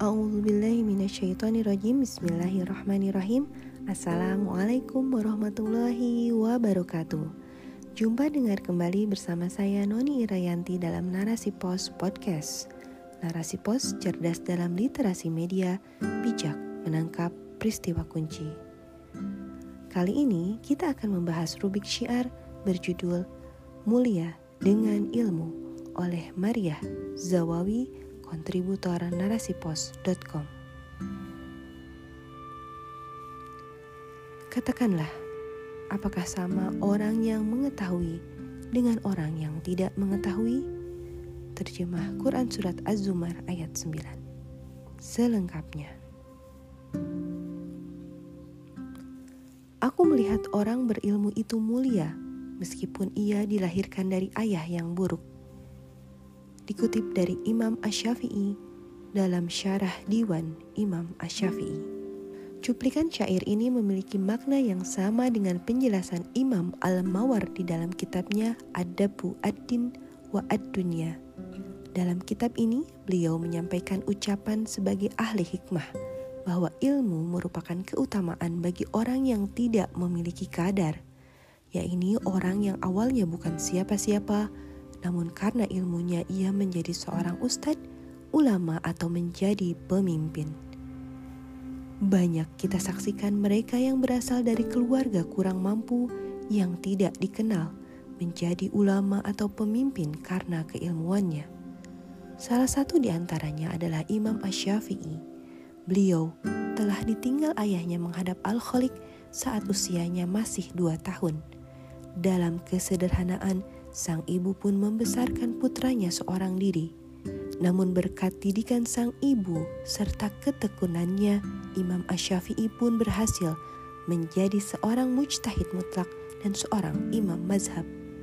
A'udzubillahi minasyaitonirrajim. Bismillahirrahmanirrahim. Assalamualaikum warahmatullahi wabarakatuh. Jumpa dengar kembali bersama saya Noni Irayanti dalam Narasi Pos Podcast. Narasi Pos cerdas dalam literasi media, bijak menangkap peristiwa kunci. Kali ini kita akan membahas rubrik syiar berjudul Mulia dengan Ilmu oleh Maria Zawawi, kontributor narasipos.com. Katakanlah, apakah sama orang yang mengetahui dengan orang yang tidak mengetahui? Terjemah Quran Surat Az-Zumar ayat 9. Selengkapnya. Aku melihat orang berilmu itu mulia, meskipun ia dilahirkan dari ayah yang buruk. Dikutip dari Imam Asy-Syafi'i dalam Syarah Diwan Imam Asy-Syafi'i. Cuplikan syair ini memiliki makna yang sama dengan penjelasan Imam Al-Mawardi dalam kitabnya Adabu ad-Din wa ad-Dunya. Dalam kitab ini, beliau menyampaikan ucapan sebagai ahli hikmah bahwa ilmu merupakan keutamaan bagi orang yang tidak memiliki kadar, yaitu orang yang awalnya bukan siapa-siapa, namun karena ilmunya ia menjadi seorang ustadz, ulama atau menjadi pemimpin. Banyak kita saksikan mereka yang berasal dari keluarga kurang mampu yang tidak dikenal menjadi ulama atau pemimpin karena keilmuannya. Salah satu di antaranya adalah Imam Asy-Syafi'i. Beliau telah ditinggal ayahnya menghadap Al-Khaliq saat usianya masih 2 tahun. Dalam kesederhanaan, sang ibu pun membesarkan putranya seorang diri. Namun berkat didikan sang ibu serta ketekunannya, Imam Asy-Syafi'i pun berhasil menjadi seorang mujtahid mutlak dan seorang imam mazhab.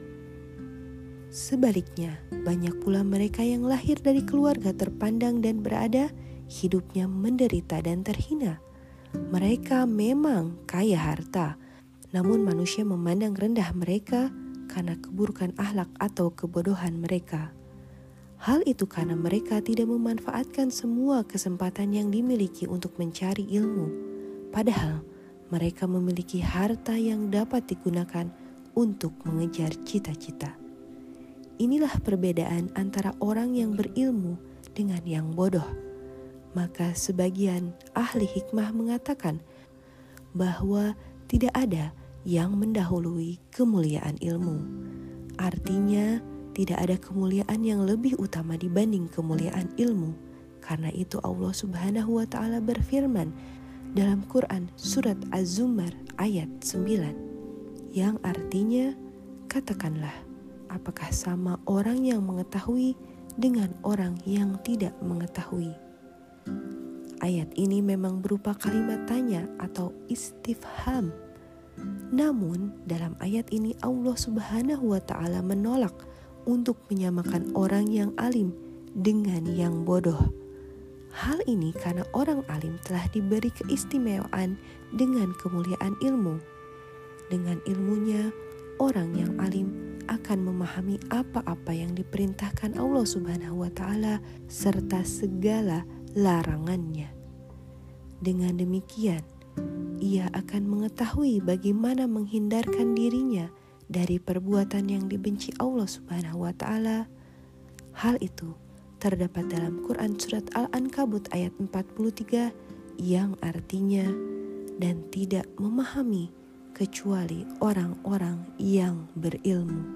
Sebaliknya, banyak pula mereka yang lahir dari keluarga terpandang dan berada, hidupnya menderita dan terhina. Mereka memang kaya harta, namun manusia memandang rendah mereka karena keburukan akhlak atau kebodohan mereka. Hal itu karena mereka tidak memanfaatkan semua kesempatan yang dimiliki untuk mencari ilmu. Padahal mereka memiliki harta yang dapat digunakan untuk mengejar cita-cita. Inilah perbedaan antara orang yang berilmu dengan yang bodoh. Maka sebagian ahli hikmah mengatakan bahwa tidak ada yang mendahului kemuliaan ilmu. Artinya, tidak ada kemuliaan yang lebih utama dibanding kemuliaan ilmu. Karena itu Allah Subhanahu wa Ta'ala berfirman dalam Quran Surat Az-Zumar ayat 9, yang artinya, katakanlah, apakah sama orang yang mengetahui dengan orang yang tidak mengetahui? Ayat ini memang berupa kalimat tanya atau istifham. Namun dalam ayat ini Allah Subhanahu wa Ta'ala menolak untuk menyamakan orang yang alim dengan yang bodoh. Hal ini karena orang alim telah diberi keistimewaan dengan kemuliaan ilmu. Dengan ilmunya, orang yang alim akan memahami apa-apa yang diperintahkan Allah Subhanahu wa Ta'ala serta segala larangannya. Dengan demikian, ia akan mengetahui bagaimana menghindarkan dirinya dari perbuatan yang dibenci Allah Subhanahu wa Ta'ala. Hal itu terdapat dalam Quran Surat Al-Ankabut ayat 43 yang artinya, dan tidak memahami kecuali orang-orang yang berilmu.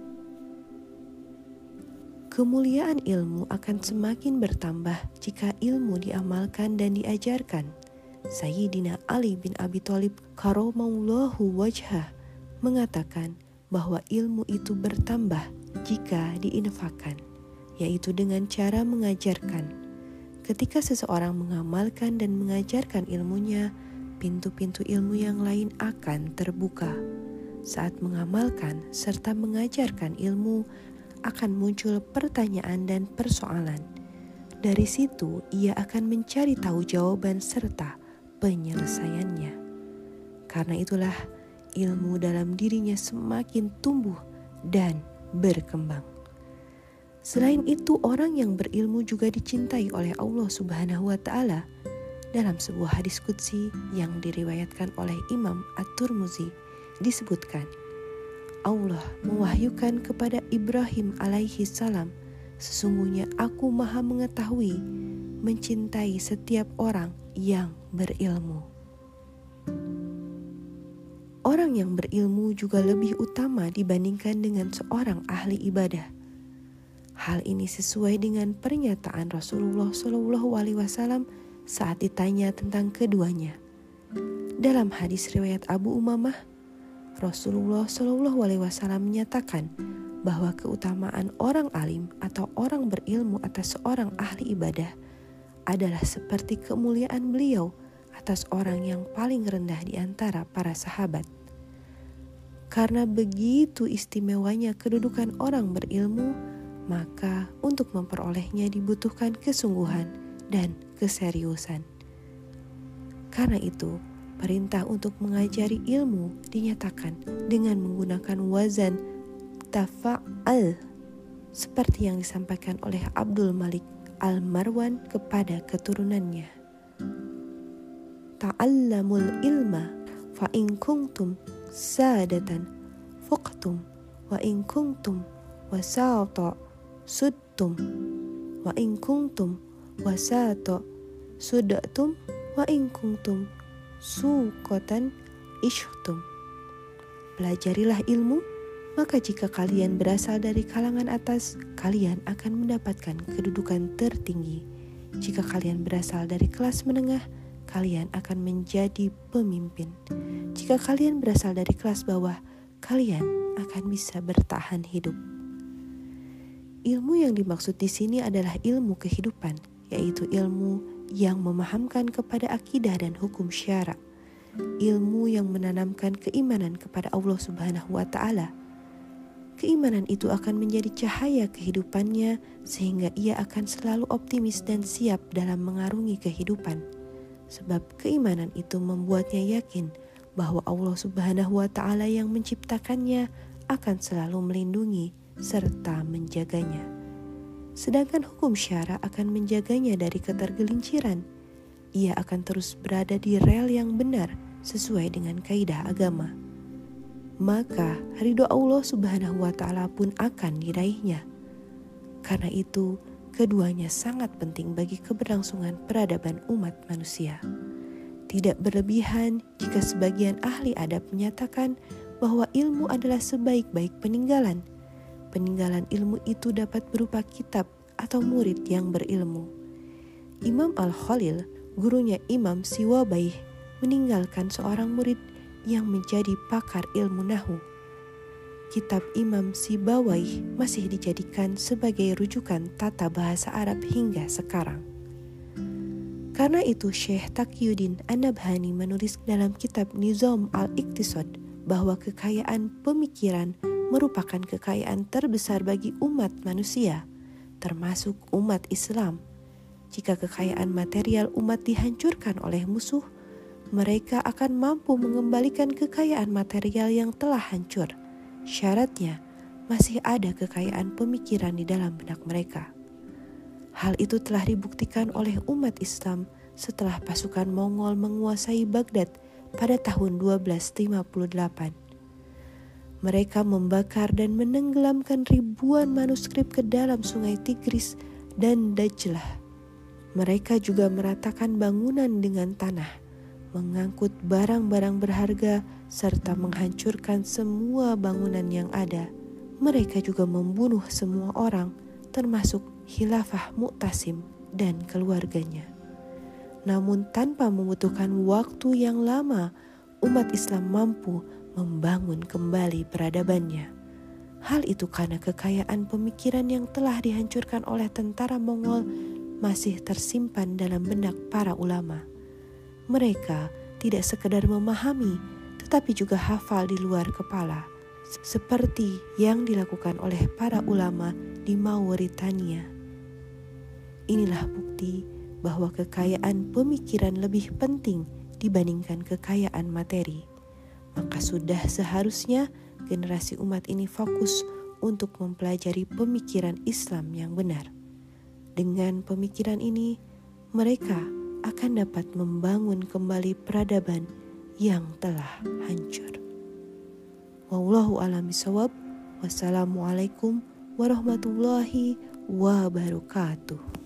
Kemuliaan ilmu akan semakin bertambah jika ilmu diamalkan dan diajarkan. Sayyidina Ali bin Abi Thalib karramallahu wajhah mengatakan bahwa ilmu itu bertambah jika diinfakkan, yaitu dengan cara mengajarkan. Ketika seseorang mengamalkan dan mengajarkan ilmunya, pintu-pintu ilmu yang lain akan terbuka. Saat mengamalkan serta mengajarkan ilmu, akan muncul pertanyaan dan persoalan. Dari situ, ia akan mencari tahu jawaban serta penyelesaiannya. Karena itulah ilmu dalam dirinya semakin tumbuh dan berkembang. Selain itu, orang yang berilmu juga dicintai oleh Allah Subhanahu wa Ta'ala. Dalam sebuah hadis qudsi yang diriwayatkan oleh Imam At-Tirmidzi disebutkan, Allah mewahyukan kepada Ibrahim alaihi salam, sesungguhnya aku maha mengetahui, mencintai setiap orang yang berilmu. Orang yang berilmu juga lebih utama dibandingkan dengan seorang ahli ibadah. Hal ini sesuai dengan pernyataan Rasulullah SAW saat ditanya tentang keduanya. Dalam hadis riwayat Abu Umamah, Rasulullah SAW menyatakan bahwa keutamaan orang alim atau orang berilmu atas seorang ahli ibadah adalah seperti kemuliaan beliau atas orang yang paling rendah di antara para sahabat. Karena begitu istimewanya kedudukan orang berilmu, maka untuk memperolehnya dibutuhkan kesungguhan dan keseriusan. Karena itu, perintah untuk mengajari ilmu dinyatakan dengan menggunakan wazan tafa'al, seperti yang disampaikan oleh Abdul Malik Al-Marwan kepada keturunannya. Ta'allamul ilma fa in kuntum sadatan fuqtum wa in kuntum wasata sudtum wa in kuntum wasata sudtum wa in kuntum suqatan ishtum. Pelajarilah ilmu, maka jika kalian berasal dari kalangan atas, kalian akan mendapatkan kedudukan tertinggi. Jika kalian berasal dari kelas menengah, kalian akan menjadi pemimpin. Jika kalian berasal dari kelas bawah, kalian akan bisa bertahan hidup. Ilmu yang dimaksud di sini adalah ilmu kehidupan, yaitu ilmu yang memahamkan kepada akidah dan hukum syara. Ilmu yang menanamkan keimanan kepada Allah Subhanahu wa Ta'ala. Keimanan itu akan menjadi cahaya kehidupannya sehingga ia akan selalu optimis dan siap dalam mengarungi kehidupan. Sebab keimanan itu membuatnya yakin bahwa Allah Subhanahu wa Ta'ala yang menciptakannya akan selalu melindungi serta menjaganya. Sedangkan hukum syara akan menjaganya dari ketergelinciran. Ia akan terus berada di rel yang benar sesuai dengan kaidah agama. Maka ridho Allah Subhanahu wa Ta'ala pun akan diraihnya. Karena itu, keduanya sangat penting bagi keberlangsungan peradaban umat manusia. Tidak berlebihan jika sebagian ahli adab menyatakan bahwa ilmu adalah sebaik-baik peninggalan. Peninggalan ilmu itu dapat berupa kitab atau murid yang berilmu. Imam Al-Khalil, gurunya Imam Siwabaih, meninggalkan seorang murid yang menjadi pakar ilmu nahu. Kitab Imam Sibawaih masih dijadikan sebagai rujukan tata bahasa Arab hingga sekarang. Karena itu Syekh Taqiyuddin An-Nabhani menulis dalam kitab Nizam Al-Iqtisad bahwa kekayaan pemikiran merupakan kekayaan terbesar bagi umat manusia, termasuk umat Islam. Jika kekayaan material umat dihancurkan oleh musuh, mereka akan mampu mengembalikan kekayaan material yang telah hancur. Syaratnya, masih ada kekayaan pemikiran di dalam benak mereka. Hal itu telah dibuktikan oleh umat Islam setelah pasukan Mongol menguasai Baghdad pada tahun 1258. Mereka membakar dan menenggelamkan ribuan manuskrip ke dalam sungai Tigris dan Dajlah. Mereka juga meratakan bangunan dengan tanah, mengangkut barang-barang berharga, serta menghancurkan semua bangunan yang ada. Mereka juga membunuh semua orang, termasuk Khilafah Mu'tasim dan keluarganya. Namun tanpa membutuhkan waktu yang lama, umat Islam mampu membangun kembali peradabannya. Hal itu karena kekayaan pemikiran yang telah dihancurkan oleh tentara Mongol masih tersimpan dalam benak para ulama. Mereka tidak sekedar memahami, tetapi juga hafal di luar kepala, seperti yang dilakukan oleh para ulama di Mauritania. Inilah bukti bahwa kekayaan pemikiran lebih penting dibandingkan kekayaan materi. Maka sudah seharusnya generasi umat ini fokus untuk mempelajari pemikiran Islam yang benar. Dengan pemikiran ini, mereka akan dapat membangun kembali peradaban yang telah hancur. Wallahu a'lam bishawab. Wassalamualaikum warahmatullahi wabarakatuh.